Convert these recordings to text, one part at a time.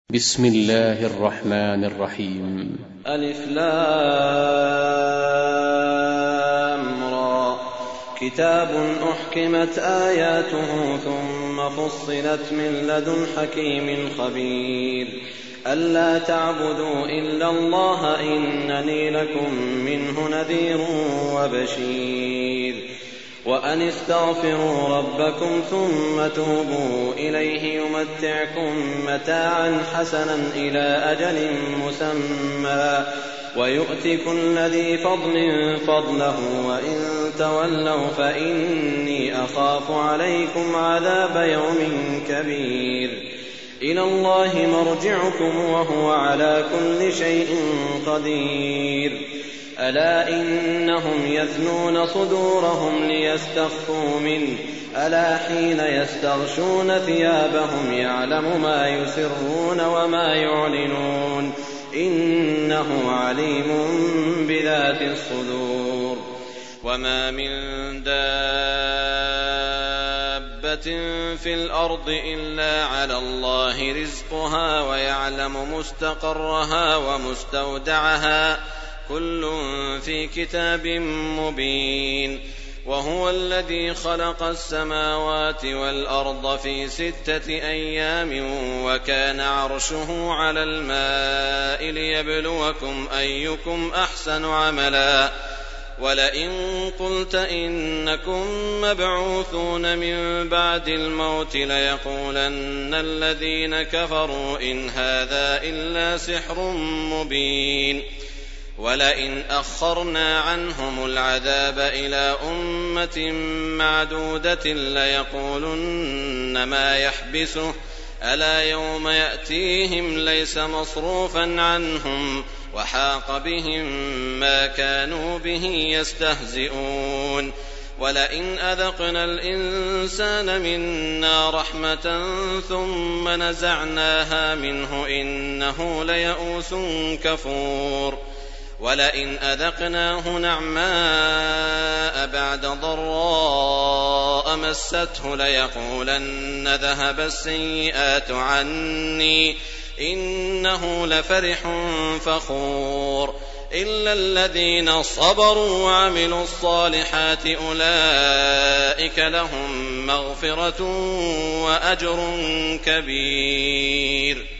بسم الله الرحمن الرحيم. ألف لام را. كتاب أحكمت آياته ثم فصلت من لدن حكيم خبير. ألا تعبدوا إلا الله إنني لكم منه نذير وبشير. وأن استغفروا ربكم ثم توبوا إليه يمتعكم متاعا حسنا إلى أجل مسمى ويؤت كل ذي فضل فضله وإن تولوا فإني أخاف عليكم عذاب يوم كبير. إلى الله مرجعكم وهو على كل شيء قدير. ألا إنهم يثنون صدورهم ليستخفوا منه ألا حين يستغشون ثيابهم يعلم ما يسرون وما يعلنون إنه عليم بذات الصدور. وما من دابة في الأرض إلا على الله رزقها ويعلم مستقرها ومستودعها كل في كتاب مبين. وهو الذي خلق السماوات والأرض في 6 أيام وكان عرشه على الماء ليبلوكم أيكم أحسن عملا. ولئن قلت إنكم مبعوثون من بعد الموت ليقولن الذين كفروا إن هذا إلا سحر مبين. ولئن أخرنا عنهم العذاب إلى أمة معدودة ليقولن ما يحبسه ألا يوم يأتيهم ليس مصروفا عنهم وحاق بهم ما كانوا به يستهزئون. ولئن أذقنا الإنسان منا رحمة ثم نزعناها منه إنه ليئوس كفور. ولئن أذقناه نعماء بعد ضراء مسته ليقولن ذهب السيئات عني إنه لفرح فخور. إلا الذين صبروا وعملوا الصالحات أولئك لهم مغفرة وأجر كبير.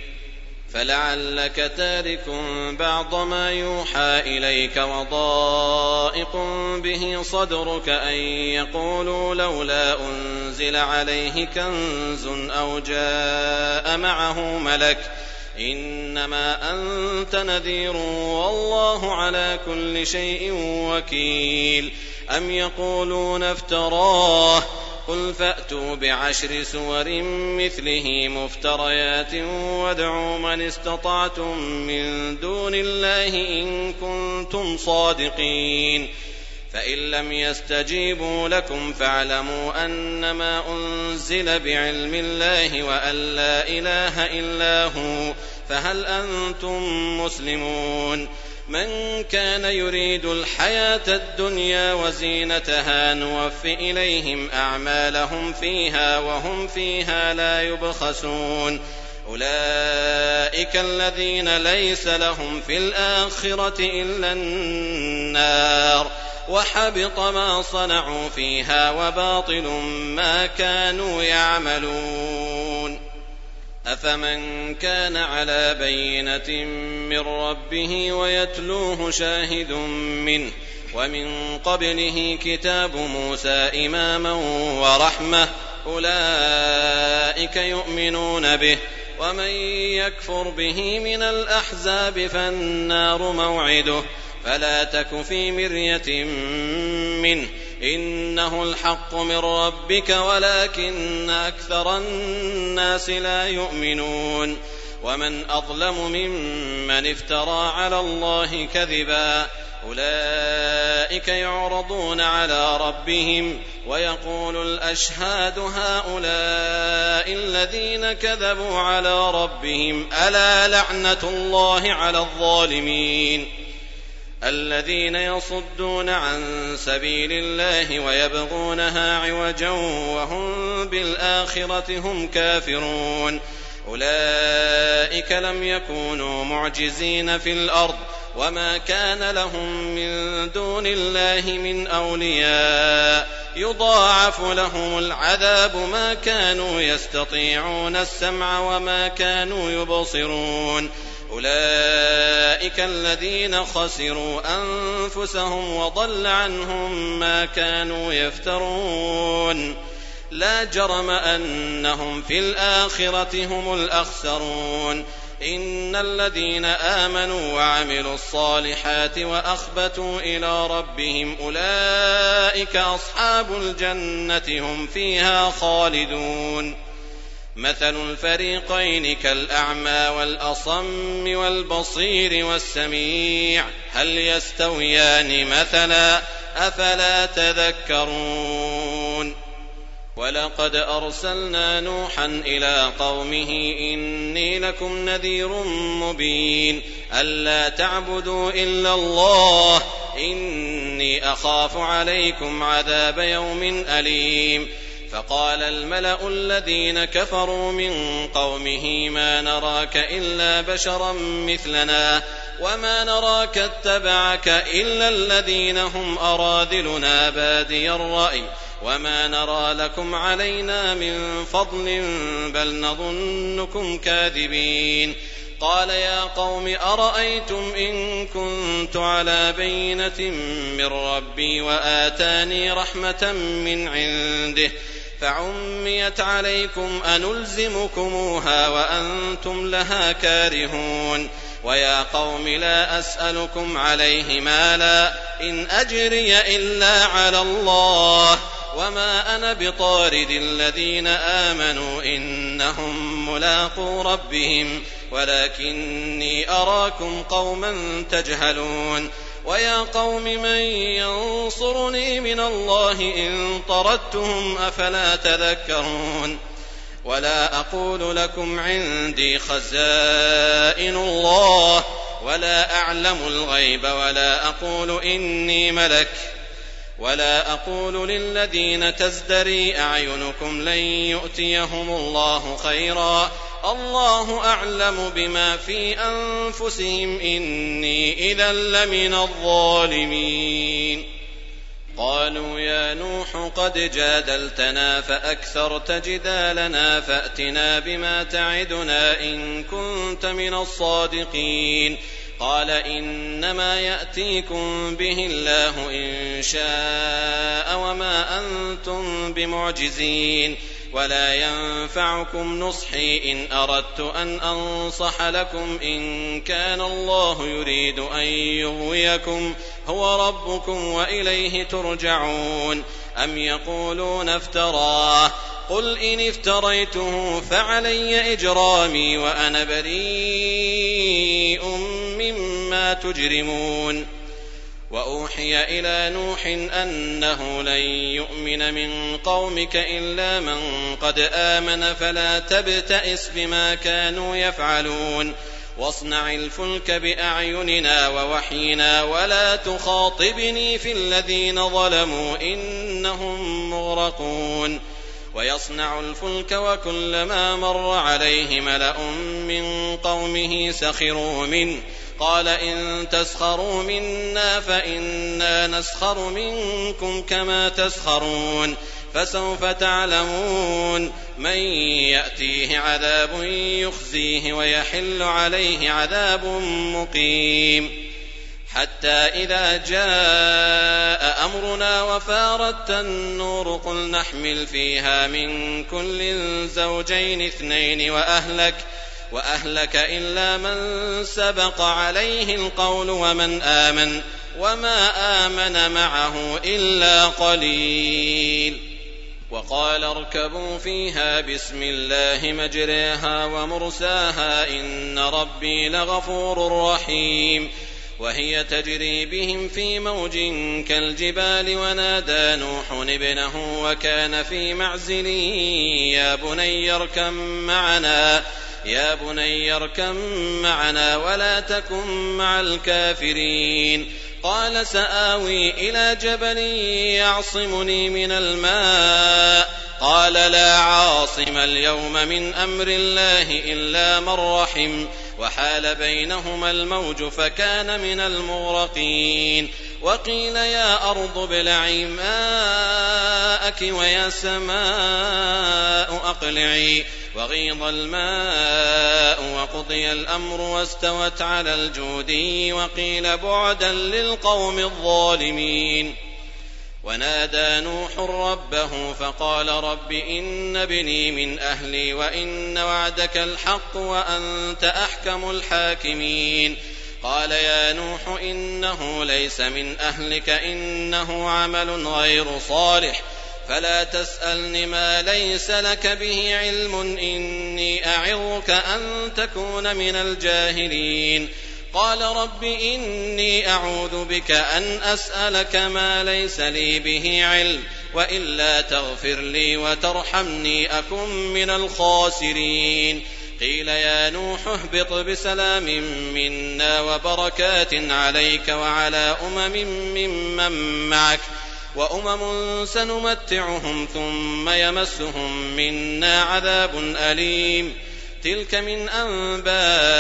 فلعلك تارك بعض ما يوحى إليك وضائق به صدرك أن يقولوا لولا أنزل عليه كنز أو جاء معه ملك إنما أنت نذير والله على كل شيء وكيل. أم يقولون افتراه قل فأتوا ب10 سور مثله مفتريات وادعوا من استطعتم من دون الله إن كنتم صادقين. فإن لم يستجيبوا لكم فاعلموا أنما أنزل بعلم الله وأن لا إله إلا هو فهل أنتم مسلمون. من كان يريد الحياة الدنيا وزينتها نوف إليهم أعمالهم فيها وهم فيها لا يبخسون. أولئك الذين ليس لهم في الآخرة إلا النار وحبط ما صنعوا فيها وباطل ما كانوا يعملون. أفمن كان على بينة من ربه ويتلوه شاهد منه ومن قبله كتاب موسى إماما ورحمة أولئك يؤمنون به. ومن يكفر به من الأحزاب فالنار موعده فلا تك في مرية منه إنه الحق من ربك ولكن أكثر الناس لا يؤمنون. ومن أظلم ممن افترى على الله كذبا أولئك يعرضون على ربهم ويقول الأشهاد هؤلاء الذين كذبوا على ربهم ألا لعنة الله على الظالمين. الذين يصدون عن سبيل الله ويبغونها عوجا وهم بالآخرة هم كافرون أولئك لم يكونوا معجزين في الأرض وما كان لهم من دون الله من أولياء يضاعف لهم العذاب ما كانوا يستطيعون السمع وما كانوا يبصرون أولئك الذين خسروا أنفسهم وضل عنهم ما كانوا يفترون لا جرم أنهم في الآخرة هم الأخسرون إن الذين آمنوا وعملوا الصالحات وأخبتوا إلى ربهم أولئك أصحاب الجنة هم فيها خالدون مثل الفريقين كالأعمى والأصم والبصير والسميع هل يستويان مثلا أفلا تذكرون ولقد أرسلنا نوحا إلى قومه إني لكم نذير مبين ألا تعبدوا إلا الله إني أخاف عليكم عذاب يوم أليم فقال الملأ الذين كفروا من قومه ما نراك إلا بشرا مثلنا وما نراك اتبعك إلا الذين هم أراذلنا بادي الرأي وما نرى لكم علينا من فضل بل نظنكم كاذبين قال يا قوم أرأيتم إن كنت على بينة من ربي وآتاني رحمة من عنده فعميت عليكم أنلزمكموها وأنتم لها كارهون ويا قوم لا أسألكم عليه مالا إن أجري إلا على الله وما أنا بطارد الذين آمنوا إنهم ملاقو ربهم ولكني أراكم قوما تجهلون ويا قوم من ينصرني من الله إن طردتهم أفلا تذكرون ولا أقول لكم عندي خزائن الله ولا أعلم الغيب ولا أقول إني ملك ولا أقول للذين تزدري أعينكم لن يؤتيهم الله خيرا الله أعلم بما في أنفسهم إني إذا لمن الظالمين قالوا يا نوح قد جادلتنا فأكثرت جدالنا فأتنا بما تعدنا إن كنت من الصادقين قال إنما يأتيكم به الله إن شاء وما أنتم بمعجزين ولا ينفعكم نصحي إن أردت أن أنصح لكم إن كان الله يريد أن يغويكم هو ربكم وإليه ترجعون أم يقولون افتراه قل إن افتريته فعلي إجرامي وأنا بريء مما تجرمون وأوحي إلى نوح أنه لن يؤمن من قومك إلا من قد آمن فلا تبتئس بما كانوا يفعلون واصنع الفلك بأعيننا ووحينا ولا تخاطبني في الذين ظلموا إنهم مغرقون ويصنع الفلك وكلما مر عليه ملأ من قومه سخروا منه قال إن تسخروا منا فإنا نسخر منكم كما تسخرون فسوف تعلمون من يأتيه عذاب يخزيه ويحل عليه عذاب مقيم حتى إذا جاء أمرنا وفارت النور قل نحمل فيها من كل زوجين اثنين وأهلك إلا من سبق عليه القول ومن آمن وما آمن معه إلا قليل وقال اركبوا فيها بسم الله مجريها ومرساها إن ربي لغفور رحيم وهي تجري بهم في موج كالجبال ونادى نوح ابنه وكان في معزل يا بني اركب معنا ولا تكن مع الكافرين قال سآوي إلى جبل يعصمني من الماء قال لا عاصم اليوم من أمر الله إلا من رحم وحال بينهما الموج فكان من المغرقين وقيل يا أرض ابلعي ماءك ويا سماء أقلعي وغيض الماء وقضي الأمر واستوت على الجودي وقيل بعدا للقوم الظالمين ونادى نوح ربه فقال رب إن ابني من أهلي وإن وعدك الحق وأنت أحكم الحاكمين قال يا نوح إنه ليس من أهلك إنه عمل غير صالح فلا تسألني ما ليس لك به علم إني أعظك أن تكون من الجاهلين قال رب إني أعوذ بك أن أسألك ما ليس لي به علم وإلا تغفر لي وترحمني أكن من الخاسرين قيل يا نوح اهبط بسلام منا وبركات عليك وعلى ممن معك وأمم سنمتعهم ثم يمسهم منا عذاب أليم تلك من أنباء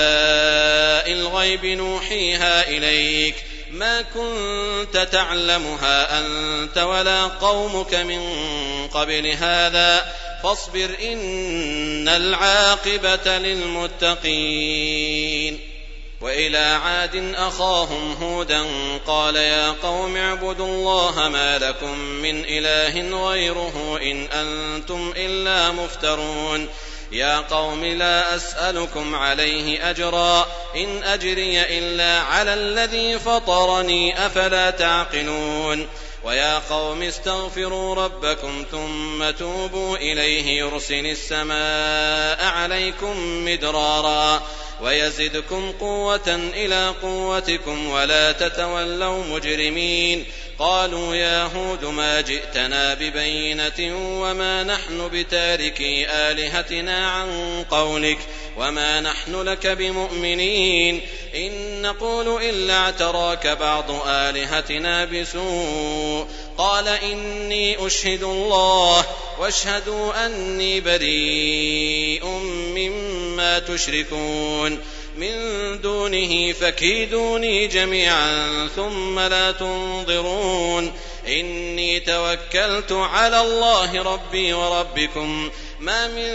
الغيب نوحيها إليك ما كنت تعلمها أنت ولا قومك من قبل هذا فاصبر إن العاقبة للمتقين وإلى عاد أخاهم هودا قال يا قوم اعبدوا الله ما لكم من إله غيره إن أنتم إلا مفترون يا قوم لا أسألكم عليه أجرا إن أجري إلا على الذي فطرني أفلا تعقلون ويا قوم استغفروا ربكم ثم توبوا إليه يرسل السماء عليكم مدرارا ويزدكم قوة إلى قوتكم ولا تتولوا مجرمين قالوا يا هود ما جئتنا ببينة وما نحن بتاركي آلهتنا عن قولك وما نحن لك بمؤمنين إن نقول إلا اعتراك بعض آلهتنا بسوء قال إني أشهد الله واشهدوا أني بريء مما تشركون من دونه فكيدوني جميعا ثم لا تنظرون إني توكلت على الله ربي وربكم ما من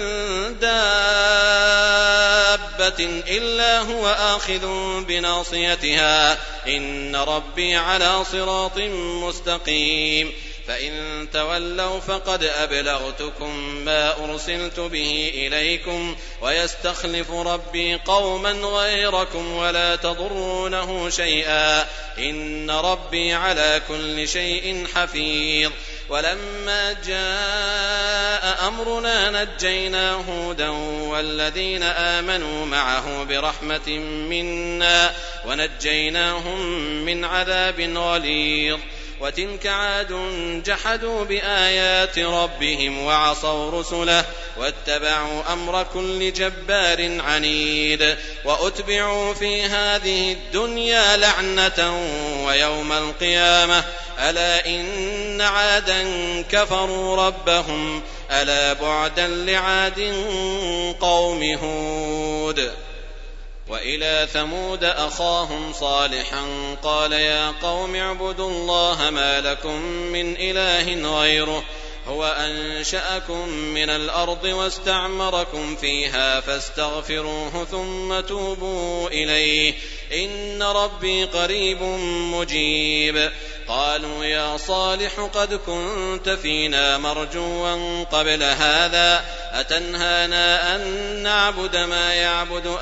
دابة إلا هو آخذ بناصيتها إن ربي على صراط مستقيم فإن تولوا فقد أبلغتكم ما أرسلت به إليكم ويستخلف ربي قوما غيركم ولا تضرونه شيئا إن ربي على كل شيء حفيظ ولما جاء أمرنا نجينا هودا والذين آمنوا معه برحمة منا ونجيناهم من عذاب غليظ وتلك عاد جحدوا بآيات ربهم وعصوا رسله واتبعوا أمر كل جبار عنيد وأتبعوا في هذه الدنيا لعنة ويوم القيامة ألا إن عادا كفروا ربهم ألا بعدا لعاد قوم هود وإلى ثمود أخاهم صالحا قال يا قوم اعبدوا الله ما لكم من إله غيره هو أنشأكم من الأرض واستعمركم فيها فاستغفروه ثم توبوا إليه إن ربي قريب مجيب قالوا يا صالح قد كنت فينا مرجوا قبل هذا أتنهانا أن نعبد ما يعبد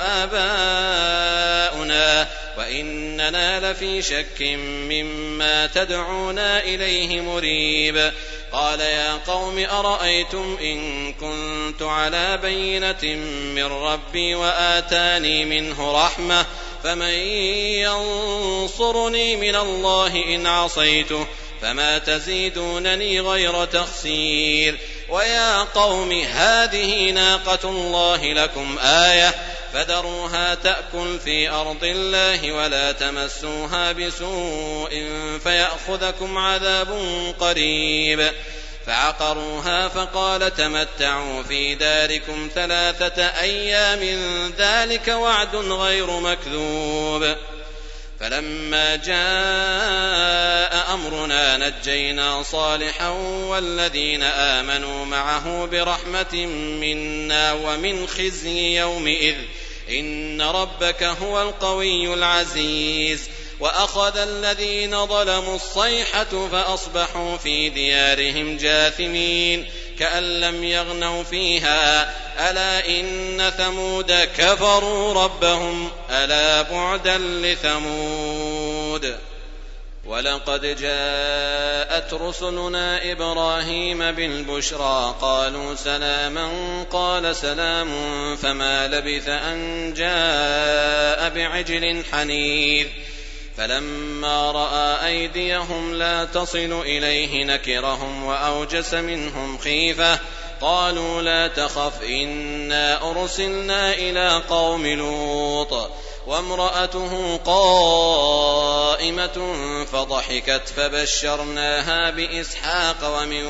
آباؤنا وإننا لفي شك مما تدعونا إليه مريب قال يا قوم أرأيتم إن كنت على بينة من ربي وآتاني منه رحمة فمن ينصرني من الله إن عصيته فما تزيدونني غير تخسير ويا قوم هذه ناقة الله لكم آية فذروها تأكل في أرض الله ولا تمسوها بسوء فيأخذكم عذاب قريب فعقروها فقال تمتعوا في داركم 3 أيام ذلك وعد غير مكذوب. فلما جاء أمرنا نجينا صالحا والذين آمنوا معه برحمة منا ومن خزي يومئذ إن ربك هو القوي العزيز. وأخذ الذين ظلموا الصيحة فأصبحوا في ديارهم جاثمين كأن لم يغنوا فيها ألا إن ثمود كفروا ربهم ألا بعدا لثمود. ولقد جاءت رسلنا إبراهيم بالبشرى قالوا سلاما قال سلام فما لبث أن جاء بعجل حنيذ. فلما رأى أيديهم لا تصل إليه نكرهم وأوجس منهم خيفة قالوا لا تخف إنا أرسلنا إلى قوم لوط وامرأته قائمة فضحكت فبشرناها بإسحاق ومن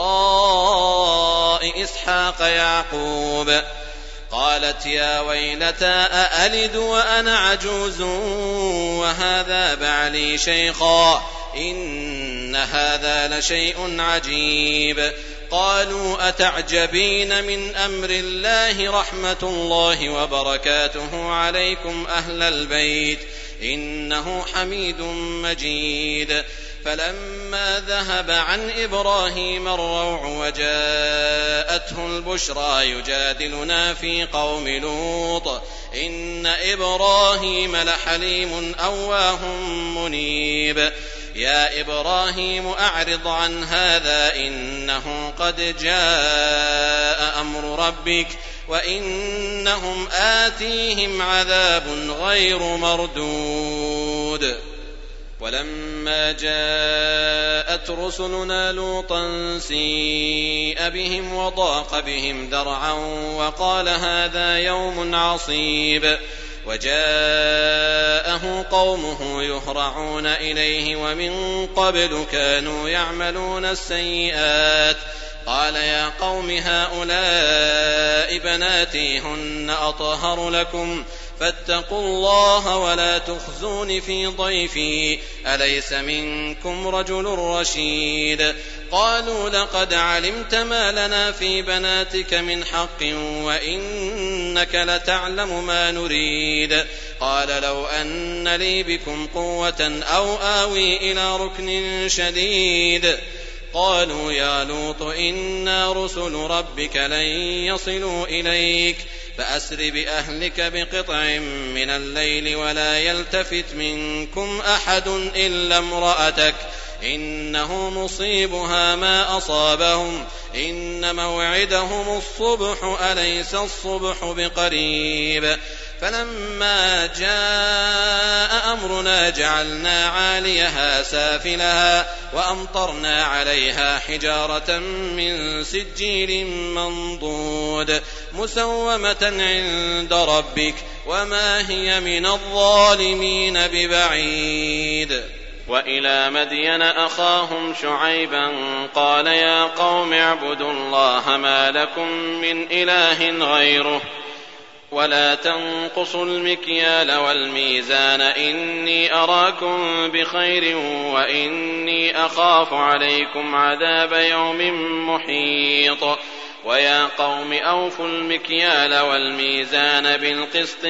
وراء إسحاق يعقوب. قالت يا ويلتى أألد وأنا عجوز وهذا بعلي شيخا إن هذا لشيء عجيب. قالوا أتعجبين من أمر الله رحمة الله وبركاته عليكم أهل البيت إنه حميد مجيد. فلما ذهب عن إبراهيم الروع وجاءته البشرى يجادلنا في قوم لوط إن إبراهيم لحليم أواه منيب. يا إبراهيم أعرض عن هذا إنه قد جاء أمر ربك وإنهم آتيهم عذاب غير مردود. ولما جاءت رسلنا لوطا سيء بهم وضاق بهم ذرعا وقال هذا يوم عصيب. وجاءه قومه يهرعون إليه ومن قبل كانوا يعملون السيئات. قال يا قوم هؤلاء بناتي هن أطهر لكم فاتقوا الله ولا تخزون في ضيفي أليس منكم رجل رشيد. قالوا لقد علمت ما لنا في بناتك من حق وإنك لتعلم ما نريد. قال لو أن لي بكم قوة أو آوي إلى ركن شديد. قالوا يا لوط إنا رسل ربك لن يصلوا إليك فأسر بأهلك بقطع من الليل ولا يلتفت منكم أحد إلا امرأتك إنه مصيبها ما أصابهم إن موعدهم الصبح أليس الصبح بقريب. فلما جاء أمرنا جعلنا عاليها سافلها وأمطرنا عليها حجارة من سجيل منضود مسومة عند ربك وما هي من الظالمين ببعيد. وإلى مدين أخاهم شعيبا قال يا قوم اعبدوا الله ما لكم من إله غيره ولا تنقصوا المكيال والميزان إني أراكم بخير وإني أخاف عليكم عذاب يوم محيط. ويا قوم أوفوا المكيال والميزان بالقسط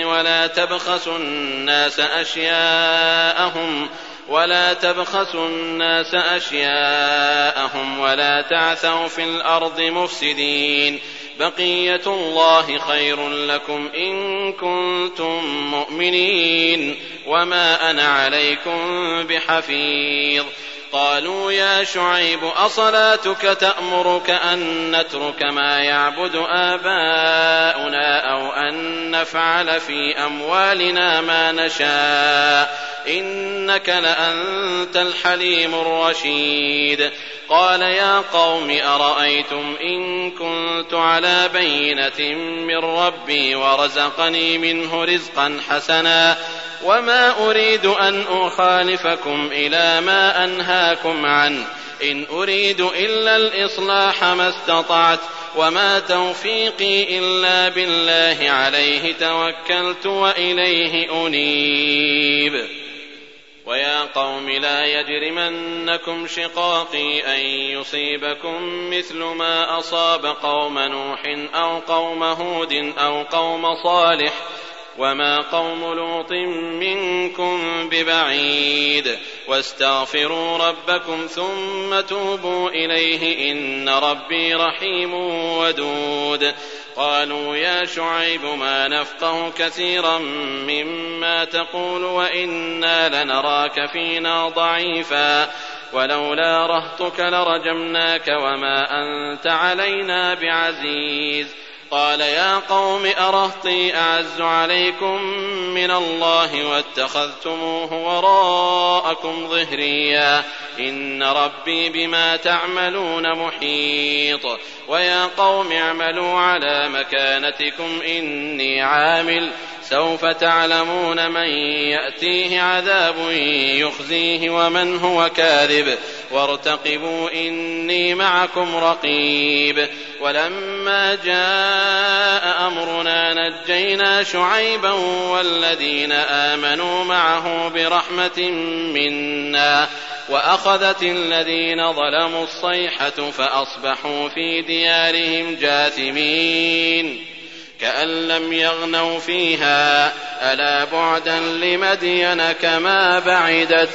ولا تبخسوا الناس أشياءهم ولا تعثوا في الأرض مفسدين. بقية الله خير لكم إن كنتم مؤمنين وما أنا عليكم بحفيظ. قالوا يا شعيب أصلاتك تأمرك أن نترك ما يعبد آباؤنا أو أن نفعل في أموالنا ما نشاء إنك لأنت الحليم الرشيد. قال يا قوم أرأيتم إن كنت على بينة من ربي ورزقني منه رزقا حسنا وما أريد أن أخالفكم إلى ما أنهاكم عنه إن أريد إلا الإصلاح ما استطعت وما توفيقي إلا بالله عليه توكلت وإليه أنيب. ويا قوم لا يجرمنكم شقاقي أن يصيبكم مثل ما أصاب قوم نوح أو قوم هود أو قوم صالح وما قوم لوط منكم ببعيد واستغفروا ربكم ثم توبوا إليه إن ربي رحيم ودود. قالوا يا شعيب ما نفقه كثيرا مما تقول وإنا لنراك فينا ضعيفا ولولا رهطك لرجمناك وما أنت علينا بعزيز. قال يا قوم أرهطي أعز عليكم من الله واتخذتموه وراءكم ظهريا إن ربي بما تعملون محيط. ويا قوم اعملوا على مكانتكم إني عامل سوف تعلمون من يأتيه عذاب يخزيه ومن هو كاذب وارتقبوا إني معكم رقيب. ولما جاء أمرنا نجينا شعيبا والذين آمنوا معه برحمة منا وأخذت الذين ظلموا الصيحة فأصبحوا في ديارهم جاثمين كأن لم يغنوا فيها ألا بعدا لمدين كما بعدت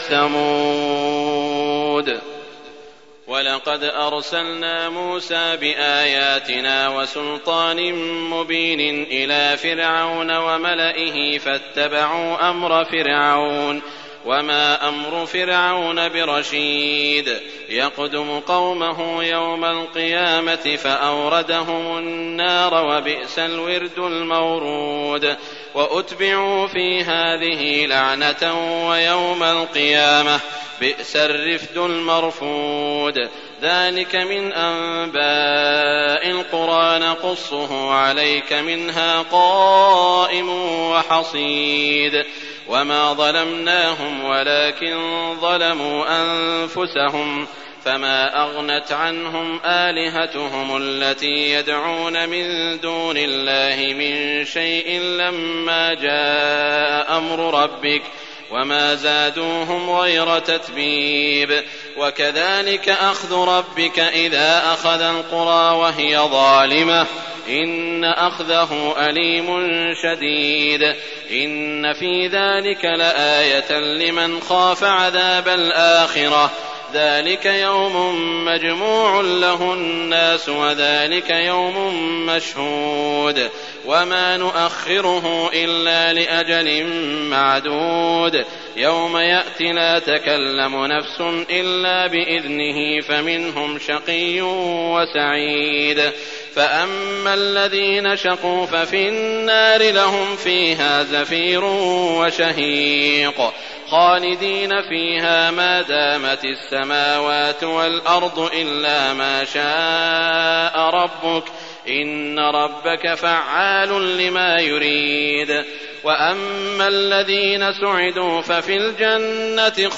ثمود. ولقد أرسلنا موسى بآياتنا وسلطان مبين إلى فرعون وملئه فاتبعوا أمر فرعون وما أمر فرعون برشيد يقدم قومه يوم القيامة فأوردهم النار وبئس الورد المورود. وأتبعوا في هذه لعنة ويوم القيامة بئس الرفد المرفود. ذلك من أنباء القرى نقصه عليك منها قائم وحصيد. وما ظلمناهم ولكن ظلموا أنفسهم فما أغنت عنهم آلهتهم التي يدعون من دون الله من شيء لما جاء أمر ربك وما زادوهم غير تتبيب. وكذلك أخذ ربك إذا أخذ القرى وهي ظالمة إن أخذه أليم شديد. إن في ذلك لآية لمن خاف عذاب الآخرة ذلك يوم مجموع له الناس وذلك يوم مشهود وما نؤخره إلا لأجل معدود. يوم يأتي لا تكلم نفس إلا بإذنه فمنهم شقي وسعيد. فأما الذين شقوا ففي النار لهم فيها زفير وشهيق خالدين فيها ما دامت السماوات والأرض إلا ما شاء ربك إن ربك فعال لما يريد. وأما الذين سعدوا ففي الجنة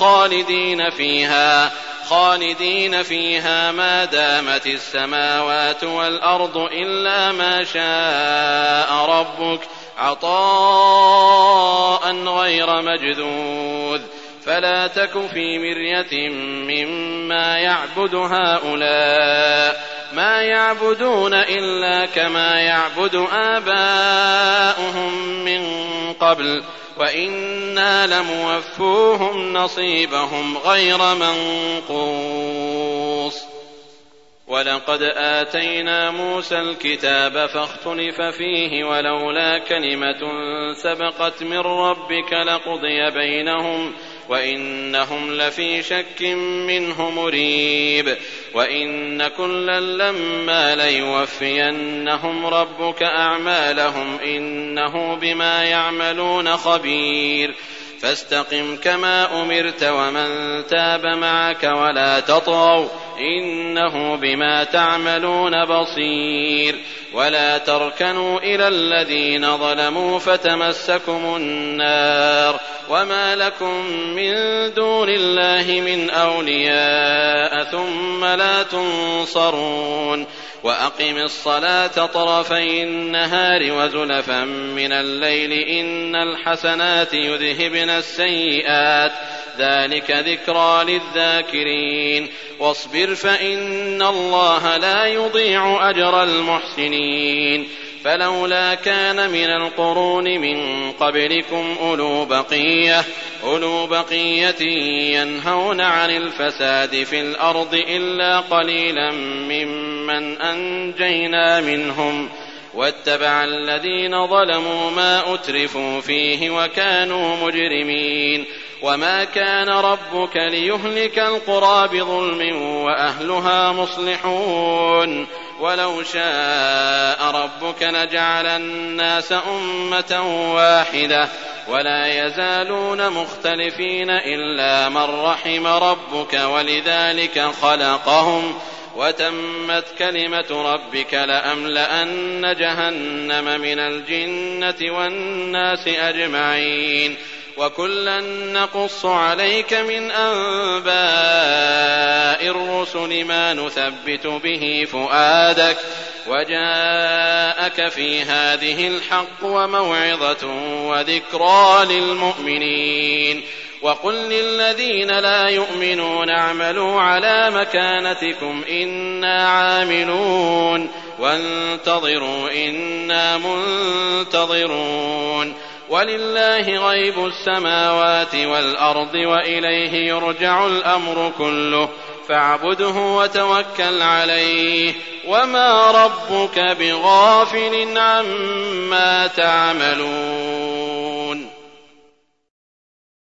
خالدين فيها ما دامت السماوات والأرض إلا ما شاء ربك عطاء غير مجذوذ. فلا تك في مرية مما يعبد هؤلاء ما يعبدون إلا كما يعبد آباؤهم من قبل وإنا لموفوهم نصيبهم غير منقوص. ولقد آتينا موسى الكتاب فاختلف فيه ولولا كلمة سبقت من ربك لقضي بينهم وإنهم لفي شك منه مريب. وإن كلا لما ليوفينهم ربك أعمالهم إنه بما يعملون خبير. فاستقم كما أمرت ومن تاب معك ولا تطغوا إنه بما تعملون بصير. ولا تركنوا إلى الذين ظلموا فتمسكم النار وما لكم من دون الله من أولياء ثم لا تنصرون وأقم الصلاة طرفي النهار وزلفا من الليل إن الحسنات يذهبن السيئات ذلك ذكرى للذاكرين واصبر فإن الله لا يضيع أجر المحسنين فلولا كان من القرون من قبلكم أولو بقية ينهون عن الفساد في الأرض إلا قليلا ممن أنجينا منهم واتبع الذين ظلموا ما أترفوا فيه وكانوا مجرمين وما كان ربك ليهلك القرى بظلم وأهلها مصلحون ولو شاء ربك لجعل الناس أمة واحدة ولا يزالون مختلفين إلا من رحم ربك ولذلك خلقهم وتمت كلمة ربك لأملأن جهنم من الجنة والناس أجمعين وكلا نقص عليك من أنباء الرسل ما نثبت به فؤادك وجاءك في هذه الحق وموعظة وذكرى للمؤمنين وقل للذين لا يؤمنون اعملوا على مكانتكم إنا عاملون وانتظروا إنا منتظرون ولله غيب السماوات والأرض وإليه يرجع الأمر كله فاعبده وتوكل عليه وما ربك بغافل عما تعملون